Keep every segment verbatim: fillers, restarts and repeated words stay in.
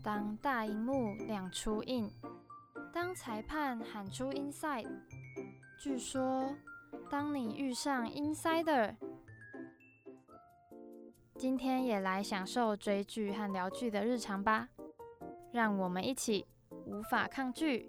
当大荧幕亮出 in， 当裁判喊出 inside， 据说当你遇上 insider， 今天也来享受追剧和聊剧的日常吧，让我们一起无法抗拒。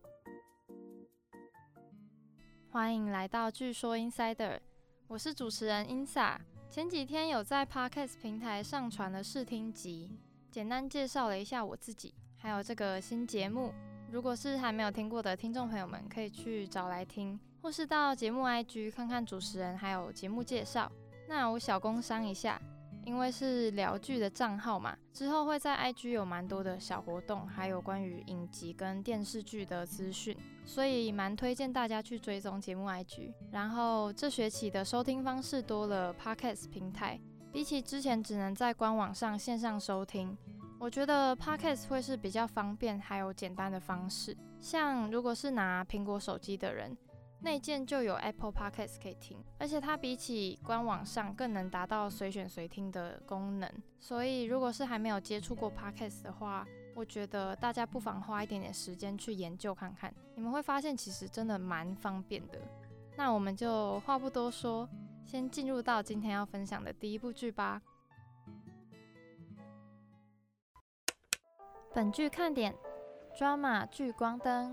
欢迎来到据说 insider， 我是主持人 Insa。前几天有在 Podcast 平台上传了试听集，简单介绍了一下我自己，还有这个新节目。如果是还没有听过的听众朋友们，可以去找来听，或是到节目 I G 看看主持人还有节目介绍。那我小工商一下，因为是聊剧的账号嘛，之后会在 I G 有蛮多的小活动，还有关于影集跟电视剧的资讯，所以蛮推荐大家去追踪节目 I G。然后这学期的收听方式多了 Podcast 平台，比起之前只能在官网上线上收听，我觉得 Podcast 会是比较方便还有简单的方式。像如果是拿苹果手机的人，内建就有 Apple Podcast 可以听，而且它比起官网上更能达到随选随听的功能。所以如果是还没有接触过 Podcast 的话，我觉得大家不妨花一点点时间去研究看看，你们会发现其实真的蛮方便的。那我们就话不多说，先进入到今天要分享的第一部剧吧。本剧看点 Drama 聚光灯。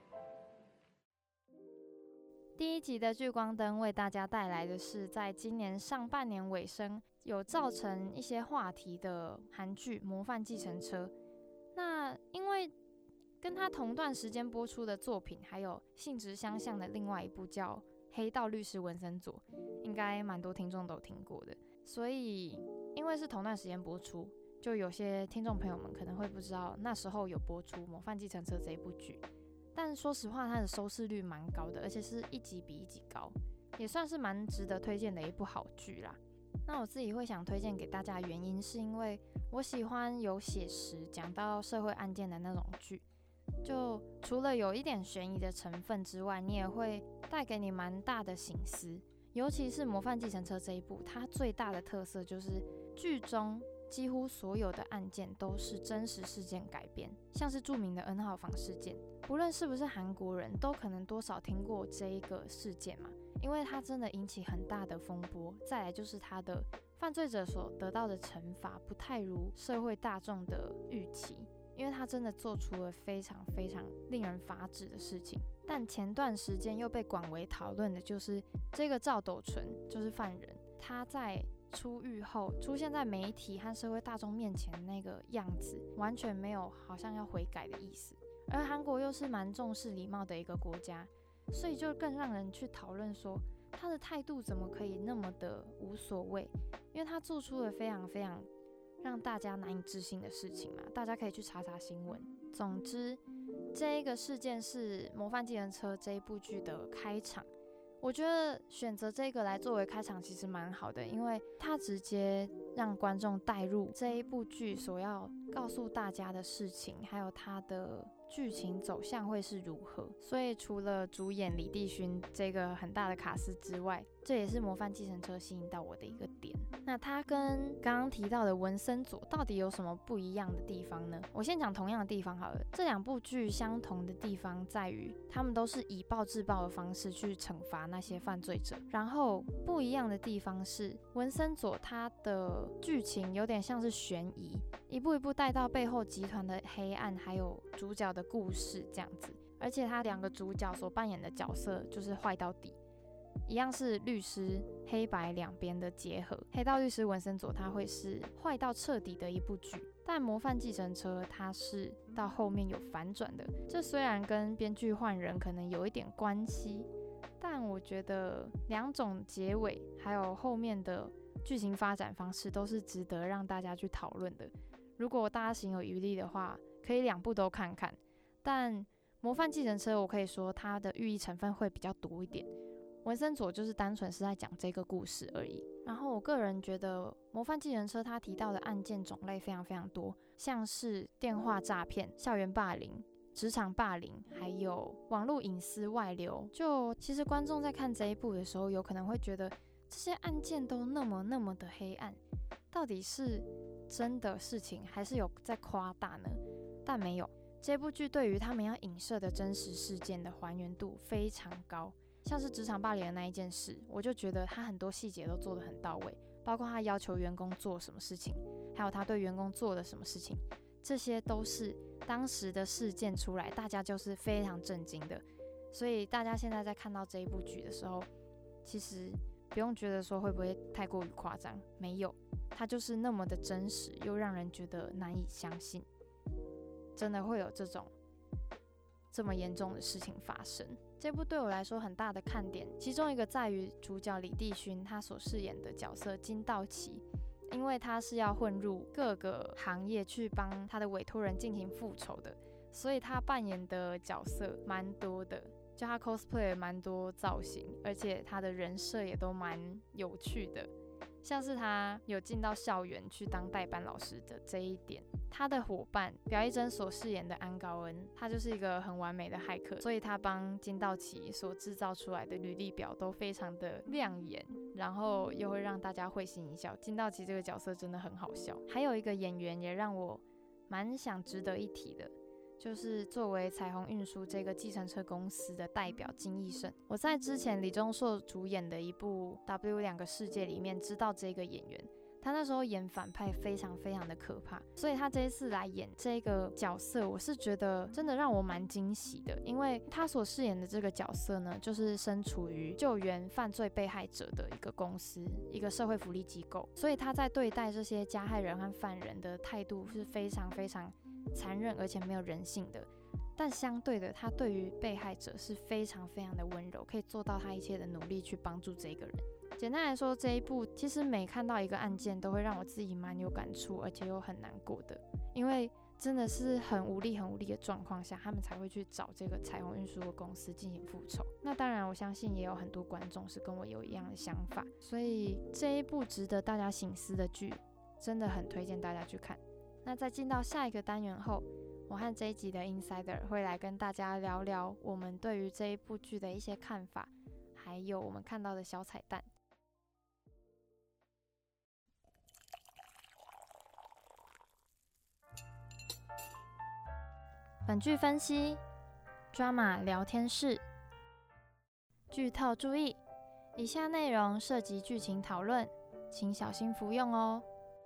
第一集的聚光灯为大家带来的是在今年上半年尾声有造成一些话题的韩剧《模范计程车》。那因为跟它同段时间播出的作品还有性质相像的另外一部叫《黑道律师文森佐》，应该蛮多听众都有听过的。所以因为是同段时间播出，就有些听众朋友们可能会不知道那时候有播出《模范计程车》这一部剧。但说实话，它的收视率蛮高的，而且是一集比一集高，也算是蛮值得推荐的一部好剧啦。那我自己会想推荐给大家的原因，是因为我喜欢有写实讲到社会案件的那种剧，就除了有一点悬疑的成分之外，你也会带给你蛮大的省思。尤其是《模范计程车》这一部，它最大的特色就是剧中几乎所有的案件都是真实事件改编，像是著名的 N 号房事件，不论是不是韩国人都可能多少听过这一个事件嘛，因为它真的引起很大的风波。再来就是它的犯罪者所得到的惩罚不太如社会大众的预期，因为他真的做出了非常非常令人发指的事情。但前段时间又被广为讨论的就是这个赵斗淳，就是犯人，他在出狱后出现在媒体和社会大众面前的那个样子，完全没有好像要悔改的意思。而韩国又是蛮重视礼貌的一个国家，所以就更让人去讨论说他的态度怎么可以那么的无所谓，因为他做出了非常非常让大家难以置信的事情嘛，大家可以去查查新闻。总之，这一个事件是《模范计程车》这一部剧的开场。我觉得选择这个来作为开场其实蛮好的，因为它直接让观众带入这一部剧所要告诉大家的事情，还有它的剧情走向会是如何。所以除了主演李帝勋这个很大的卡司之外，这也是《模范计程车》吸引到我的一个点。那它跟刚刚提到的文森佐到底有什么不一样的地方呢？我先讲同样的地方好了。这两部剧相同的地方在于，他们都是以暴制暴的方式去惩罚那些犯罪者。然后不一样的地方是，文森佐他的剧情有点像是悬疑，一步一步带到背后集团的黑暗，还有主角的故事这样子。而且他两个主角所扮演的角色就是坏到底。一样是律师，黑白两边的结合。黑道律师文森佐他会是坏到彻底的一部剧，但模范计程车它是到后面有反转的。这虽然跟编剧换人可能有一点关系，但我觉得两种结尾还有后面的剧情发展方式都是值得让大家去讨论的。如果大家行有余力的话，可以两部都看看。但模范计程车我可以说它的寓意成分会比较多一点，文森佐就是单纯是在讲这个故事而已。然后我个人觉得模范计程车他提到的案件种类非常非常多，像是电话诈骗、校园霸凌、职场霸凌，还有网络隐私外流。就其实观众在看这一部的时候，有可能会觉得这些案件都那么那么的黑暗，到底是真的事情，还是有在夸大呢？但没有，这部剧对于他们要影射的真实事件的还原度非常高。像是职场霸凌的那一件事，我就觉得他很多细节都做得很到位，包括他要求员工做什么事情，还有他对员工做的什么事情，这些都是当时的事件出来，大家就是非常震惊的。所以大家现在在看到这一部剧的时候，其实不用觉得说会不会太过于夸张，没有，它就是那么的真实，又让人觉得难以相信，真的会有这种这么严重的事情发生。这部对我来说很大的看点，其中一个在于主角李帝勋他所饰演的角色金道奇，因为他是要混入各个行业去帮他的委托人进行复仇的，所以他扮演的角色蛮多的，就他 cosplay 蛮多造型，而且他的人设也都蛮有趣的，像是他有进到校园去当代班老师的这一点。他的伙伴表一真所饰演的安高恩，他就是一个很完美的骇客，所以他帮金道奇所制造出来的履历表都非常的亮眼，然后又会让大家会心一笑。金道奇这个角色真的很好笑。还有一个演员也让我蛮想值得一提的，就是作为彩虹运输这个计程车公司的代表金义胜，我在之前李钟硕主演的一部 W 两个世界里面知道这个演员，他那时候演反派非常非常的可怕，所以他这一次来演这个角色，我是觉得真的让我蛮惊喜的，因为他所饰演的这个角色呢，就是身处于救援犯罪被害者的一个公司，一个社会福利机构，所以他在对待这些加害人和犯人的态度是非常非常残忍而且没有人性的，但相对的，他对于被害者是非常非常的温柔，可以做到他一切的努力去帮助这个人。简单来说，这一部其实每看到一个案件都会让我自己蛮有感触，而且又很难过的，因为真的是很无力很无力的状况下，他们才会去找这个彩虹运输的公司进行复仇。那当然我相信也有很多观众是跟我有一样的想法，所以这一部值得大家省思的剧真的很推荐大家去看。那在进到下一个单元后，我和这一集的 Insider 会来跟大家聊聊我们对于这一部剧的一些看法，还有我们看到的小彩蛋。本剧分析 Drama 聊天室。剧透注意，以下内容涉及剧情讨论，请小心服用哦。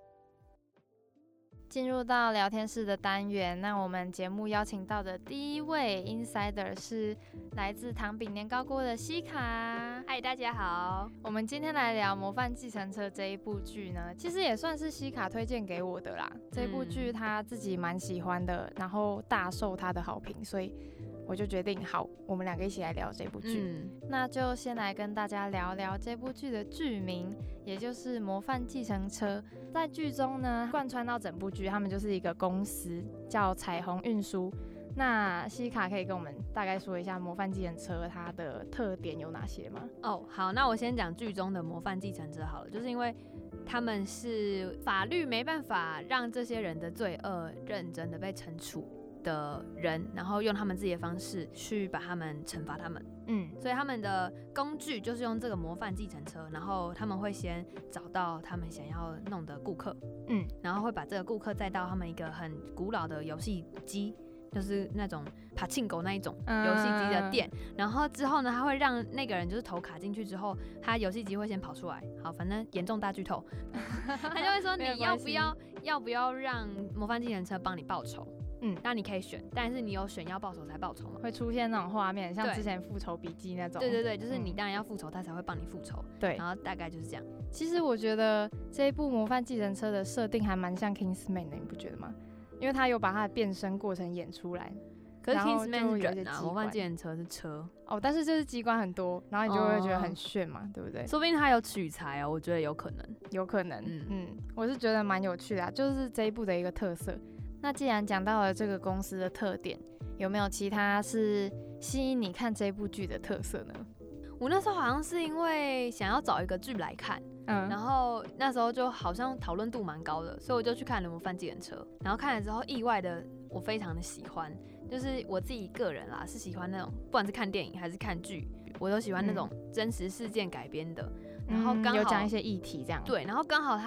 进入到聊天室的单元，那我们节目邀请到的第一位 Insider 是来自糖饼年糕锅的西卡。 嗨，大家好。 我们今天来聊《模范计程车》这一部剧呢，其实也算是西卡推荐给我的啦。嗯、这部剧他自己蛮喜欢的，然后大受他的好评，所以我就决定好，我们两个一起来聊这部剧。嗯、那就先来跟大家聊聊这部剧的剧名，也就是《模范计程车》。在剧中呢，贯穿到整部剧，他们就是一个公司叫彩虹运输。那西卡可以跟我们大概说一下模范计程车它的特点有哪些吗？ 哦，好，那我先讲剧中的模范计程车好了，就是因为他们是法律没办法让这些人的罪恶认真的被惩处的人，然后用他们自己的方式去把他们惩罚他们。嗯，所以他们的工具就是用这个模范计程车，然后他们会先找到他们想要弄的顾客，嗯，然后会把这个顾客载到他们一个很古老的游戏机，就是那种帕庆狗那一种游戏机的店，嗯、然后之后呢，他会让那个人就是投卡进去之后，他游戏机会先跑出来，好，反正严重大剧透，他就会说你要不要要不要让模范计程车帮你报仇。嗯，那你可以选，但是你有选要报仇才报仇嘛？ 会出现那种画面，像之前复仇笔记那种。 对对对，就是你当然要复仇，他才会帮你复仇。对，然后大概就是这样。 其实我觉得这一部模范计程车的设定还蛮像 Kingsman 的，你不觉得吗？因为他有把他的变身过程演出来。 可是 Kingsman 是人啊，模范计程车是车。 哦，但是就是机关很多，然后你就会觉得很炫嘛，哦、对不对？ 说不定他有取材哦，我觉得有可能。 有可能，嗯嗯，我是觉得蛮有趣的、啊，就是这一部的一个特色。那既然讲到了这个公司的特点，有没有其他是吸引你看这部剧的特色呢？ 我那时候好像是因为想要找一个剧来看，嗯，然后那时候就好像讨论度蛮高的，所以我就去看了《模范计程车》，然后看了之后意外的我非常的喜欢，就是我自己个人啦是喜欢那种不管是看电影还是看剧，我都喜欢那种真实事件改编的。嗯然后刚好、 嗯、有讲一些议题这样， 对，然后刚好他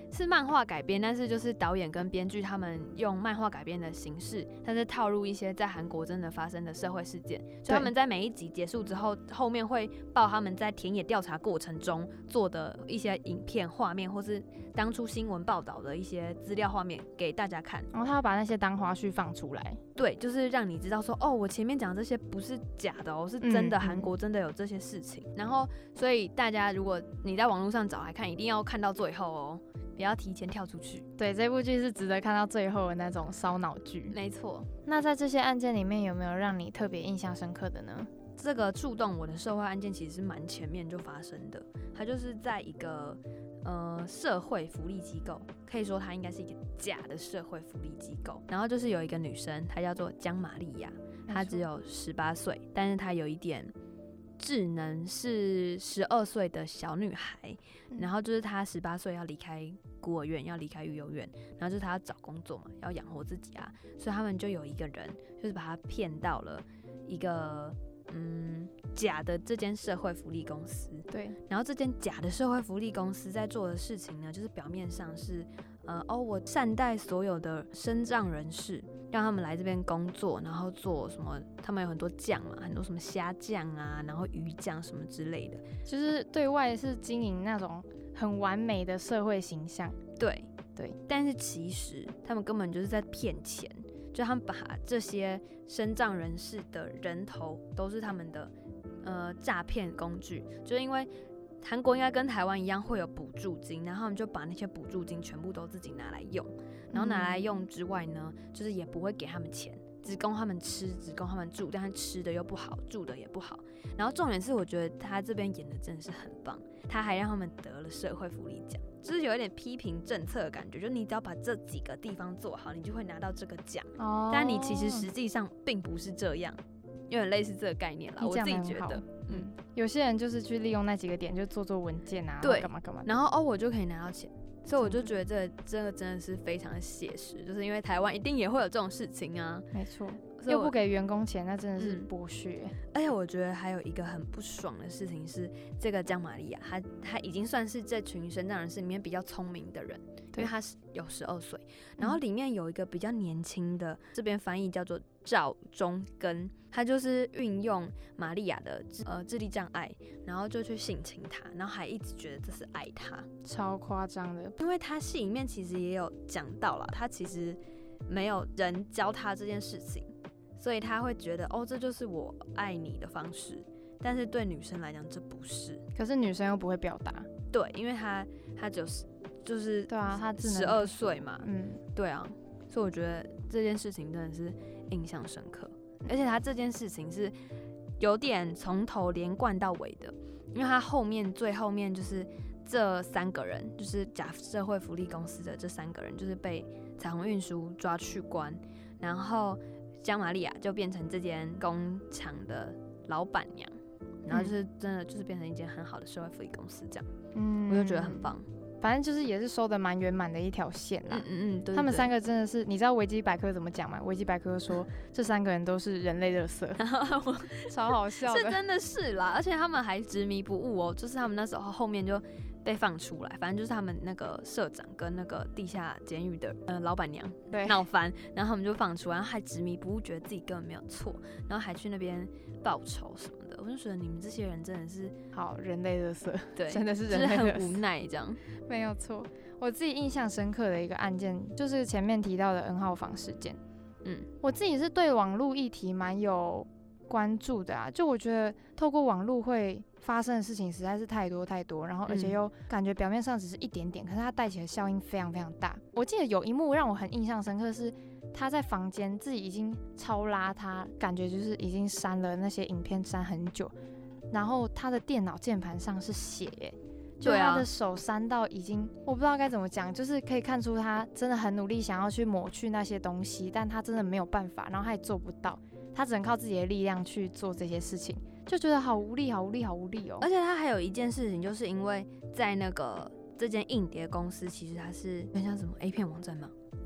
是漫画改编，但是就是导演跟编剧他们用漫画改编的形式，但是套入一些在韩国真的发生的社会事件，所以他们在每一集结束之后，后面会报他们在田野调查过程中做的一些影片画面，或是当初新闻报道的一些资料画面给大家看， 然后他要把那些当花絮放出来， 对，就是让你知道说，哦，我前面讲的这些不是假的哦，是真的，韩国真的有这些事情。嗯嗯、然后，所以大家如果你在网络上找来看，一定要看到最后哦，不要提前跳出去。 对，这部剧是值得看到最后的那种烧脑剧。 没错。 那在这些案件里面，有没有让你特别印象深刻的呢？ 这个触动我的社会案件其实是蛮前面就发生的，它就是在一个呃社会福利机构，可以说它应该是一个假的社会福利机构。然后就是有一个女生，她叫做姜玛利亚，她只有十八岁，但是她有一点智能，是十二岁的小女孩。然后就是她十八岁要离开孤儿院，要离开育幼院，然后就是她要找工作嘛，要养活自己啊，所以他们就有一个人，就是把她骗到了一个。嗯，假的这间社会福利公司， 对， 然后这间假的社会福利公司在做的事情呢，就是表面上是，呃，哦，我善待所有的身障人士，让他们来这边工作，然后做什么，他们有很多酱嘛，很多什么虾酱啊，然后鱼酱什么之类的， 就是对外是经营那种很完美的社会形象， 对对， 但是其实他们根本就是在骗钱。就他们把这些身障人士的人头都是他们的呃诈骗工具，就是因为韩国应该跟台湾一样会有补助金，然后他们就把那些补助金全部都自己拿来用，然后拿来用之外呢，就是也不会给他们钱，只供他们吃，只供他们住，但是吃的又不好，住的也不好。然后重点是，我觉得他这边演的真的是很棒，他还让他们得了社会福利奖。就是有一点批评政策的感觉，就是你只要把这几个地方做好，你就会拿到这个奖。哦，但你其实实际上并不是这样，有点类似这个概念啦。我自己觉得， 嗯，有些人就是去利用那几个点，就做做文件啊， 对， 干嘛干嘛， 然后哦，我就可以拿到钱。所以我就觉得这这个真的是非常的写实，就是因为台湾一定也会有这种事情啊。 没错，又不给员工钱，那真的是剥削、嗯。 而且我觉得还有一个很不爽的事情是，这个姜玛利亚，她她已经算是这群身障人士里面比较聪明的人，因为她有十二岁。然后里面有一个比较年轻的，这边翻译叫做赵中根，他就是运用玛利亚的呃智力障碍，然后就去性侵她，然后还一直觉得这是爱她， 超夸张的。 因为他戏里面其实也有讲到啦，他其实没有人教他这件事情，所以他会觉得哦，这就是我爱你的方式。但是对女生来讲，这不是。 可是女生又不会表达。 对，因为他他就是就是对啊，他十二岁嘛， 嗯， 对啊，所以我觉得这件事情真的是印象深刻。而且他这件事情是有点从头连贯到尾的，因为他后面最后面就是这三个人，就是假社会福利公司的这三个人，就是被彩虹运输抓去关，然后姜玛利亚就变成这间工厂的老板娘，然后就是真的就是变成一间很好的社会福利公司这样，嗯，我就觉得很棒。 反正就是也是收的蛮圆满的一条线啦。 嗯嗯嗯，对对对， 他们三个真的是，你知道维基百科怎么讲吗？维基百科说这三个人都是人类垃圾，超好笑的。 是真的是啦，而且他们还执迷不悟哦，就是他们那时候后面就被放出来，反正就是他们那个社长跟那个地下监狱的呃老板娘闹翻，然后他们就放出来，然后还执迷不悟，觉得自己根本没有错，然后还去那边报仇什么的。我就觉得你们这些人真的是好人类垃圾， 对， 真的是人类垃圾， 就是很无奈这样。 没有错，我自己印象深刻的一个案件就是前面提到的 N 号房事件。嗯，我自己是对网络议题蛮有关注的啊，就我觉得透过网络会发生的事情实在是太多太多，然后而且又感觉表面上只是一点点，可是它带起的效应非常非常大。我记得有一幕让我很印象深刻，是他在房间自己已经超邋遢，感觉就是已经删了那些影片删很久，然后他的电脑键盘上是血耶，就他的手删到已经我不知道该怎么讲，就是可以看出他真的很努力想要去抹去那些东西，但他真的没有办法，然后他也做不到，他只能靠自己的力量去做这些事情，就觉得好无力好无力好无力哦。 而且他还有一件事情，就是因为在那个这间硬碟公司，其实它是很像什么 A 片网站嘛，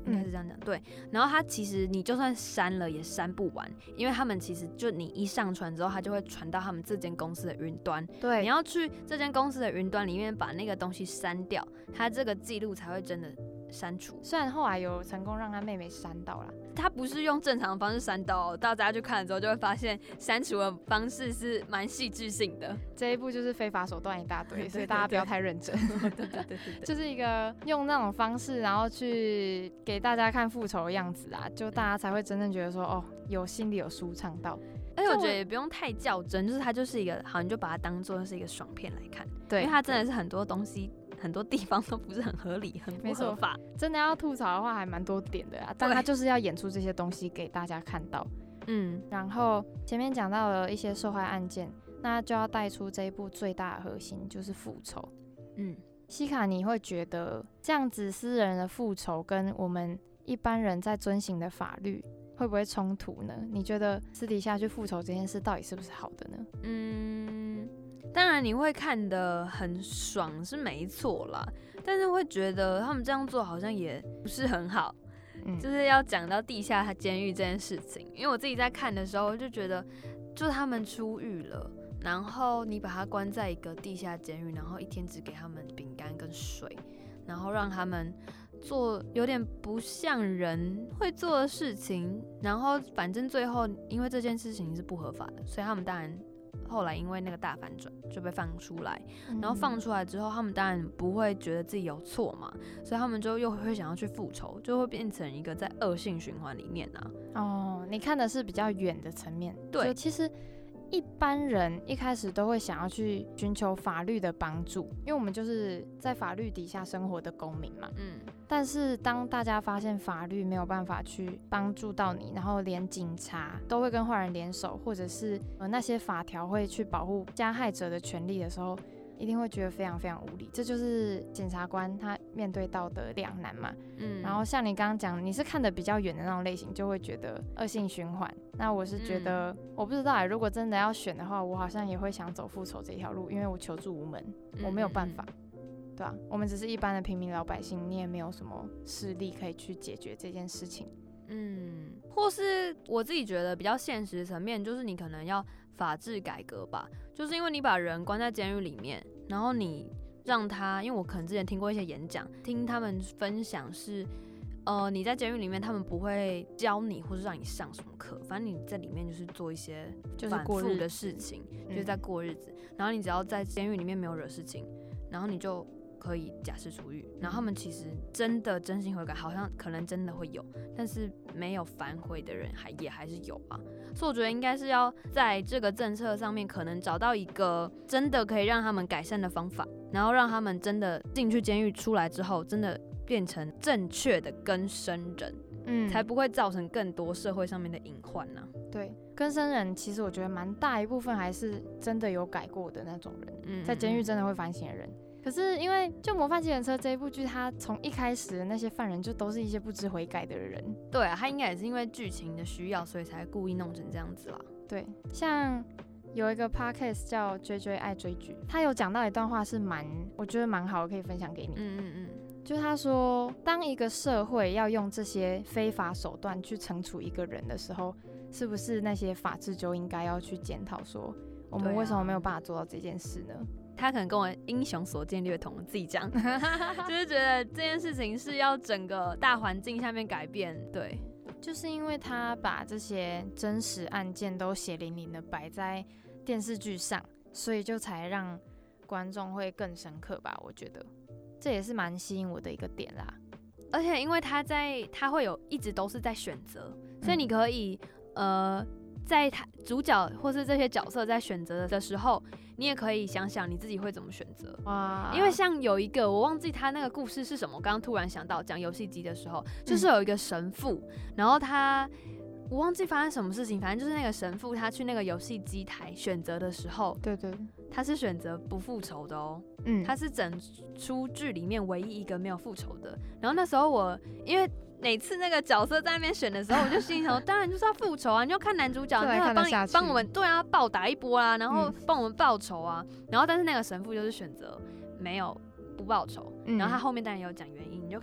应该是这样讲、嗯、对。然后他其实你就算删了也删不完，因为他们其实就你一上传之后，他就会传到他们这间公司的云端， 对， 你要去这间公司的云端里面把那个东西删掉，他这个记录才会真的删除。 虽然后来有成功让他妹妹删到了， 他不是用正常的方式删到、哦，大家去看了之后就会发现删除的方式是蛮戏剧性的。 这一部就是非法手段一大堆，所以大家不要太认真。 对对对对对， 就是一个用那种方式，然后去给大家看复仇的样子啊，就大家才会真正觉得说，哦，有心里有舒畅到。 而且我觉得也不用太较真，就是它就是一个好，你就把它当做是一个爽片来看。 对， 因为它真的是很多东西。很多地方都不是很合理，很不合法。 真的要吐槽的话，还蛮多点的啊。但他就是要演出这些东西给大家看到。嗯，然后前面讲到了一些受害案件，那就要带出这一部最大的核心就是复仇。嗯，西卡，你会觉得这样子私人的复仇跟我们一般人在遵行的法律会不会冲突呢？你觉得私底下去复仇这件事到底是不是好的呢？ 嗯。当然你会看得很爽是没错啦，但是会觉得他们这样做好像也不是很好、嗯、就是要讲到地下监狱这件事情，因为我自己在看的时候就觉得就他们出狱了，然后你把他关在一个地下监狱，然后一天只给他们饼干跟水，然后让他们做有点不像人会做的事情，然后反正最后因为这件事情是不合法的，所以他们当然后来因为那个大反转就被放出来，然后放出来之后他们当然不会觉得自己有错嘛，所以他们就又会想要去复仇，就会变成一个在恶性循环里面啊。 哦，你看的是比较远的层面。 对， 就其实一般人一开始都会想要去寻求法律的帮助，因为我们就是在法律底下生活的公民嘛。嗯。但是当大家发现法律没有办法去帮助到你，然后连警察都会跟坏人联手，或者是、呃、那些法条会去保护加害者的权利的时候，一定会觉得非常非常无力。这就是检察官他面对到的两难嘛。嗯。然后像你刚刚讲，你是看得比较远的那种类型，就会觉得恶性循环。那我是觉得，嗯、我不知道、欸，如果真的要选的话，我好像也会想走复仇这条路，因为我求助无门，我没有办法。嗯嗯对啊，我们只是一般的平民老百姓，你也没有什么势力可以去解决这件事情。 嗯，或是我自己觉得比较现实层面，就是你可能要法制改革吧，就是因为你把人关在监狱里面，然后你让他，因为我可能之前听过一些演讲，听他们分享是，呃，你在监狱里面，他们不会教你或是让你上什么课，反正你在里面就是做一些反复的事情，就是, 就是在过日子、嗯。然后你只要在监狱里面没有惹事情，然后你就可以假释出狱。然后他们其实真的真心悔改，好像可能真的会有，但是没有反悔的人还也还是有啊。所以我觉得应该是要在这个政策上面，可能找到一个真的可以让他们改善的方法，然后让他们真的进去监狱出来之后，真的变成正确的更生人，嗯，才不会造成更多社会上面的隐患呢。 对，更生人其实我觉得蛮大一部分还是真的有改过的那种人，嗯，在监狱真的会反省的人。可是因为就《模范计程车》这一部剧，它从一开始的那些犯人就都是一些不知悔改的人。 对啊，他应该也是因为剧情的需要，所以才故意弄成这样子啦。 对，像有一个 podcast 叫 J J 爱追剧，他有讲到一段话是蛮，我觉得蛮好的，可以分享给你。嗯嗯嗯，就是他说，当一个社会要用这些非法手段去惩处一个人的时候，是不是那些法制就应该要去检讨说，我们为什么没有办法做到这件事呢？ 他可能跟我英雄所见略同，自己讲，就是觉得这件事情是要整个大环境下面改变。对， 就是因为他把这些真实案件都血淋淋的摆在电视剧上，所以就才让观众会更深刻吧。我觉得这也是蛮吸引我的一个点啦。 而且因为他在，他会有一直都是在选择，所以你可以、嗯、呃。在他主角或是这些角色在选择的时候，你也可以想想你自己会怎么选择。哇！因为像有一个我忘记他那个故事是什么，我刚刚突然想到讲游戏机的时候，就是有一个神父，嗯、然后他我忘记发生什么事情，反正就是那个神父他去那个游戏机台选择的时候， 对对， 他是选择不复仇的哦。嗯，他是整出剧里面唯一一个没有复仇的。然后那时候我因为。每次那个角色在那边选的时候，我就心想，当然就是要复仇啊！你就看男主角那个帮你帮我们，对啊，暴打一波啊，然后帮我们报仇啊。嗯、然后但是那个神父就是选择没有不报仇，嗯、然后他后面当然也有讲原因，你就可以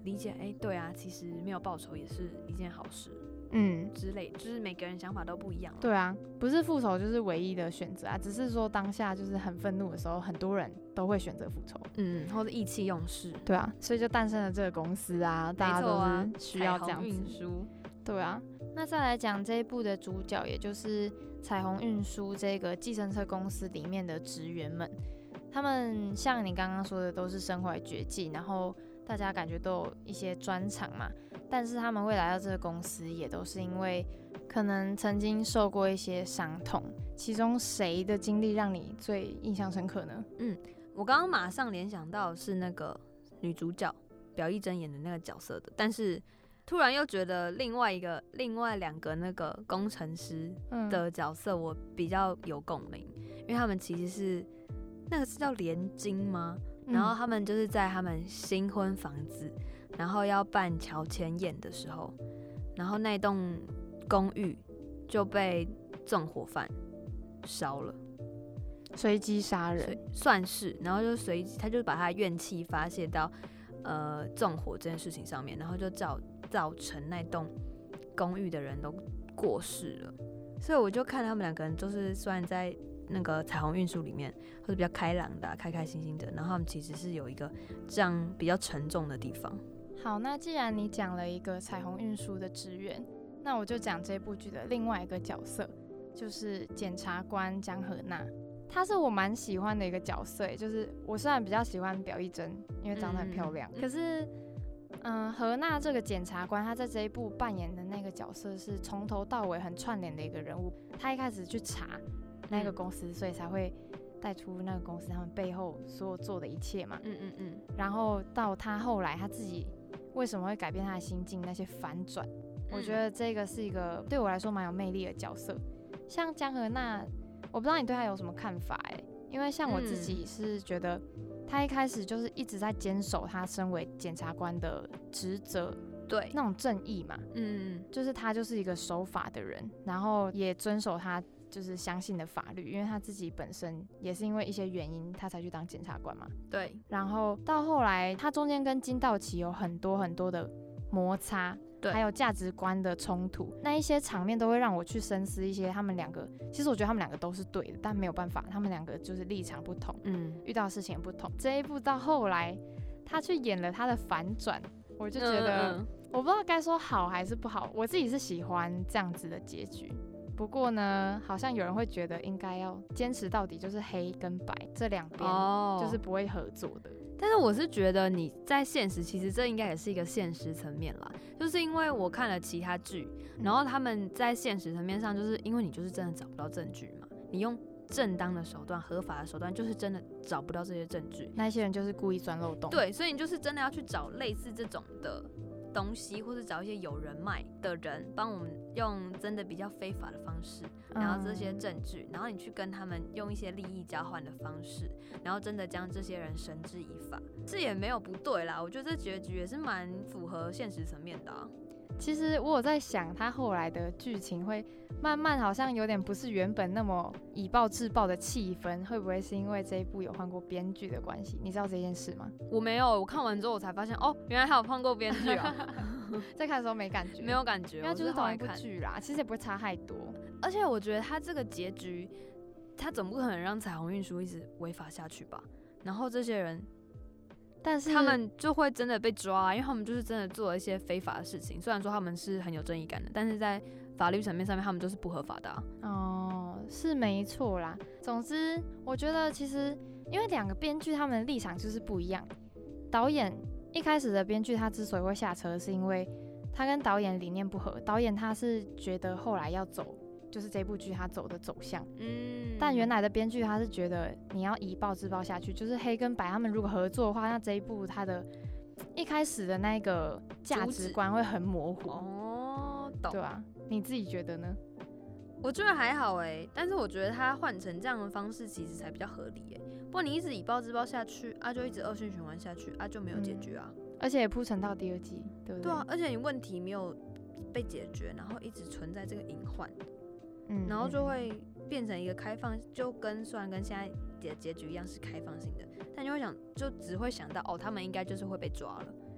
理解，哎、欸，对啊，其实没有报酬也是一件好事。 嗯， 之类，就是每个人想法都不一样。 对啊，不是复仇就是唯一的选择啊，只是说当下就是很愤怒的时候，很多人都会选择复仇， 嗯，或者意气用事。 对啊，所以就诞生了这个公司啊，大家都是需要这样子。 彩虹运输， 对啊。那再来讲这一部的主角，也就是彩虹运输这个计程车公司里面的职员们，他们像你刚刚说的，都是身怀绝技，然后大家感觉都有一些专长嘛。但是他们会来到这个公司，也都是因为可能曾经受过一些伤痛。其中谁的经历让你最印象深刻呢？ 嗯，我刚刚马上联想到是那个女主角表艺珍演的那个角色的，但是突然又觉得另外一个、另外两个那个工程师的角色我比较有共鸣，嗯、因为他们其实是那个是叫联金吗？嗯、然后他们就是在他们新婚房子。然后要办乔迁宴的时候，然后那栋公寓就被纵火犯烧了， 随机杀人算是，然后就随机，他就把他怨气发泄到呃纵火这件事情上面，然后就造造成那栋公寓的人都过世了，所以我就看他们两个人都是虽然在那个彩虹运输里面，或者比较开朗的、啊、开开心心的，然后他们其实是有一个这样比较沉重的地方。 好，那既然你讲了一个彩虹运输的职员，那我就讲这部剧的另外一个角色，就是检察官江河娜。她是我蛮喜欢的一个角色，就是我虽然比较喜欢表艺珍，因为长得很漂亮，嗯、可是，嗯、呃，河娜这个检察官，她在这一部扮演的那个角色是从头到尾很串联的一个人物。她一开始去查那个公司，嗯、所以才会带出那个公司他们背后所有做的一切嘛。嗯嗯嗯。然后到她后来她自己。为什么会改变他的心境？那些反转，我觉得这个是一个对我来说蛮有魅力的角色。像江河娜，我不知道你对他有什么看法哎、欸？因为像我自己是觉得，他一开始就是一直在坚守他身为检察官的职责， 对， 那种正义嘛，嗯，就是他就是一个守法的人，然后也遵守他就是相信的法律，因为他自己本身也是因为一些原因，他才去当检察官嘛。 对。 然后到后来，他中间跟金道奇有很多很多的摩擦，还有价值观的冲突，那一些场面都会让我去深思一些他们两个。其实我觉得他们两个都是对的，但没有办法，他们两个就是立场不同，嗯，遇到的事情也不同。这一部到后来，他去演了他的反转，我就觉得，嗯嗯我不知道该说好还是不好。我自己是喜欢这样子的结局。不过呢，好像有人会觉得应该要坚持到底，就是黑跟白这两边就是不会合作的。 Oh, 但是我是觉得你在现实，其实这应该也是一个现实层面啦。就是因为我看了其他剧，然后他们在现实层面上，就是因为你就是真的找不到证据嘛，你用正当的手段、合法的手段，就是真的找不到这些证据。 那些人就是故意钻漏洞。 对，所以你就是真的要去找类似这种的东西，或是找一些有人脉的人帮我们用真的比较非法的方式，然后这些证据，然后你去跟他们用一些利益交换的方式，然后真的将这些人绳之以法，这也没有不对啦。我觉得这结局也是蛮符合现实层面的啊。 其实我有在想，他后来的剧情会慢慢好像有点不是原本那么以暴制暴的气氛，会不会是因为这一部有换过编剧的关系？你知道这件事吗？ 我没有，我看完之后我才发现，哦，原来还有换过编剧啊。 在看的时候没感觉， 没有感觉， 因为就是同一部剧啦，其实也不会差太多。 而且我觉得他这个结局，他总不可能让彩虹运输一直违法下去吧？然后这些人。 但是他们就会真的被抓，因为他们就是真的做了一些非法的事情。虽然说他们是很有正义感的，但是在法律层面上面，他们就是不合法的啊。 哦，是没错啦。总之，我觉得其实因为两个编剧他们的立场就是不一样。导演一开始的编剧他之所以会下车，是因为他跟导演理念不合。导演他是觉得后来要走。就是这部剧他走的走向，嗯，但原来的编剧他是觉得你要以暴制暴下去，就是黑跟白他们如果合作的话，那这一部他的一开始的那个价值观会很模糊。 哦，懂， 对啊，你自己觉得呢？ 我觉得还好哎、欸，但是我觉得他换成这样的方式其实才比较合理哎、欸，不然你一直以暴制暴下去啊，就一直恶性循环下去啊，就没有解决啊、嗯， 而且也铺陈到第二季，对不对？ 对啊，而且你问题没有被解决，然后一直存在这个隐患。嗯，然后就会变成一个开放，就跟虽然跟现在的结局一样是开放性的，但你会想，就只会想到哦，他们应该就是会被抓了，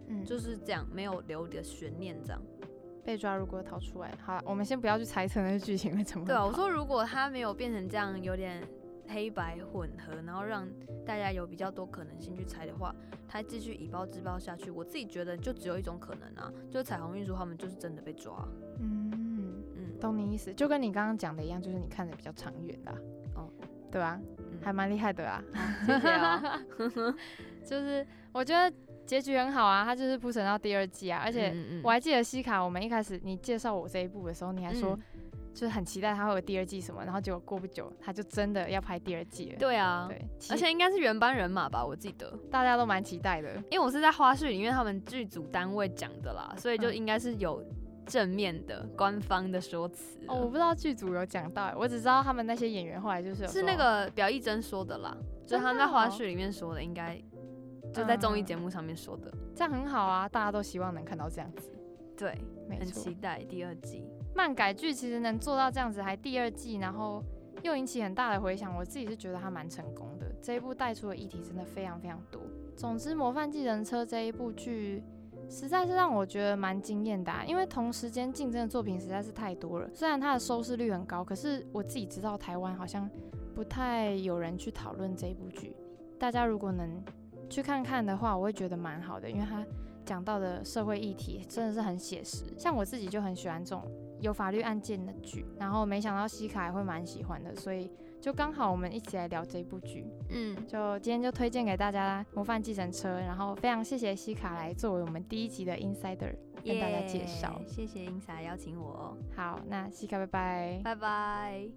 嗯， 就是这样，没有留的悬念这样。 被抓如果逃出来，好，我们先不要去猜测那个剧情会怎么。 对啊，我说如果他没有变成这样，有点黑白混合，然后让大家有比较多可能性去猜的话，他继续以暴制暴下去，我自己觉得就只有一种可能啊，就是彩虹运输他们就是真的被抓。 嗯嗯，懂你意思，就跟你刚刚讲的一样，就是你看的比较长远啦。哦，对吧？嗯、还蛮厉害的啊， 谢谢啊。 就是我觉得结局很好啊，他就是铺陈到第二季啊，而且我还记得西卡，我们一开始你介绍我这一部的时候，你还说。嗯就是很期待他会有第二季什么，然后结果过不久他就真的要拍第二季了。 对啊，对，而且应该是原班人马吧，我记得大家都蛮期待的， 因为我是在花絮里面他们剧组单位讲的啦，所以就应该是有正面的官方的说辞。 哦，我不知道剧组有讲到，我只知道他们那些演员后来就是有是那个表艺珍说的啦，就是他在花絮里面说的，应该就在综艺节目上面说的、 嗯，这样很好啊，大家都希望能看到这样子。 对，很期待第二季。 漫改剧其实能做到这样子，还第二季，然后又引起很大的回响，我自己是觉得它蛮成功的。这一部带出的议题真的非常非常多。总之，《模范计程车》这一部剧实在是让我觉得蛮惊艳的、啊，因为同时间竞争的作品实在是太多了。虽然它的收视率很高，可是我自己知道台湾好像不太有人去讨论这一部剧。大家如果能去看看的话，我会觉得蛮好的，因为它讲到的社会议题真的是很写实。像我自己就很喜欢这种有法律案件的剧，然后没想到西卡也会蛮喜欢的，所以就刚好我们一起来聊这部剧。嗯，就今天就推荐给大家《模范计程车》，然后非常谢谢西卡来作为我们第一集的 Insider 跟大家介绍。 Yeah, 谢谢 Insider 邀请我。 好，那西卡拜拜。 拜拜。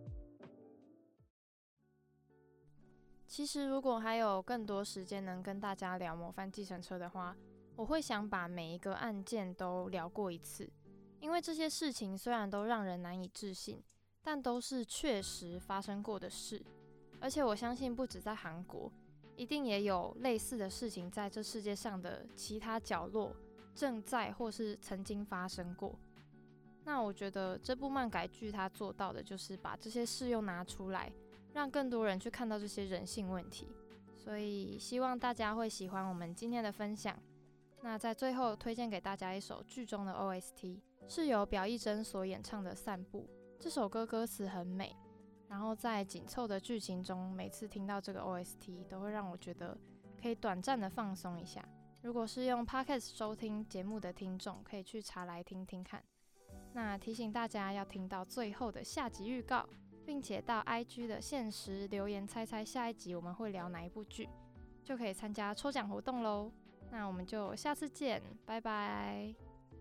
其实如果还有更多时间能跟大家聊《模范计程车》的话，我会想把每一个案件都聊过一次。因为这些事情虽然都让人难以置信，但都是确实发生过的事，而且我相信不止在韩国，一定也有类似的事情在这世界上的其他角落正在或是曾经发生过。那我觉得这部漫改剧它做到的就是把这些事又拿出来，让更多人去看到这些人性问题，所以希望大家会喜欢我们今天的分享。那在最后推荐给大家一首剧中的 O S T， 是由表艺珍所演唱的《散步》。这首歌歌词很美，然后在紧凑的剧情中，每次听到这个 O S T 都会让我觉得可以短暂的放松一下。如果是用 Podcast 收听节目的听众，可以去查来听听看。那提醒大家要听到最后的下集预告，并且到 I G 的限时留言猜猜下一集我们会聊哪一部剧，就可以参加抽奖活动咯。那我们就下次见，拜拜。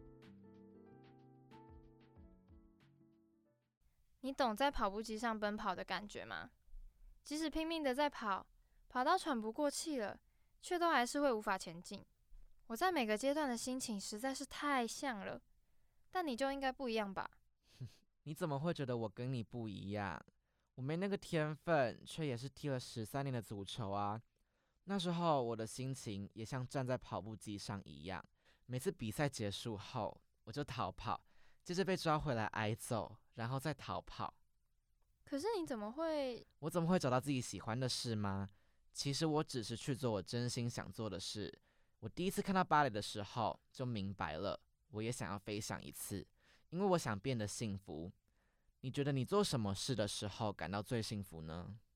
你懂在跑步机上奔跑的感觉吗？即使拼命的在跑，跑到喘不过气了，却都还是会无法前进。我在每个阶段的心情实在是太像了，但你就应该不一样吧？ 你怎么会觉得我跟你不一样？我没那个天分，却也是踢了十三年的足球啊。那时候我的心情也像站在跑步机上一样，每次比赛结束后，我就逃跑，接着被抓回来挨揍，然后再逃跑。 可是你怎么会…… 我怎么会找到自己喜欢的事吗？其实我只是去做我真心想做的事。我第一次看到芭蕾的时候，就明白了，我也想要飞翔一次，因为我想变得幸福。你觉得你做什么事的时候感到最幸福呢？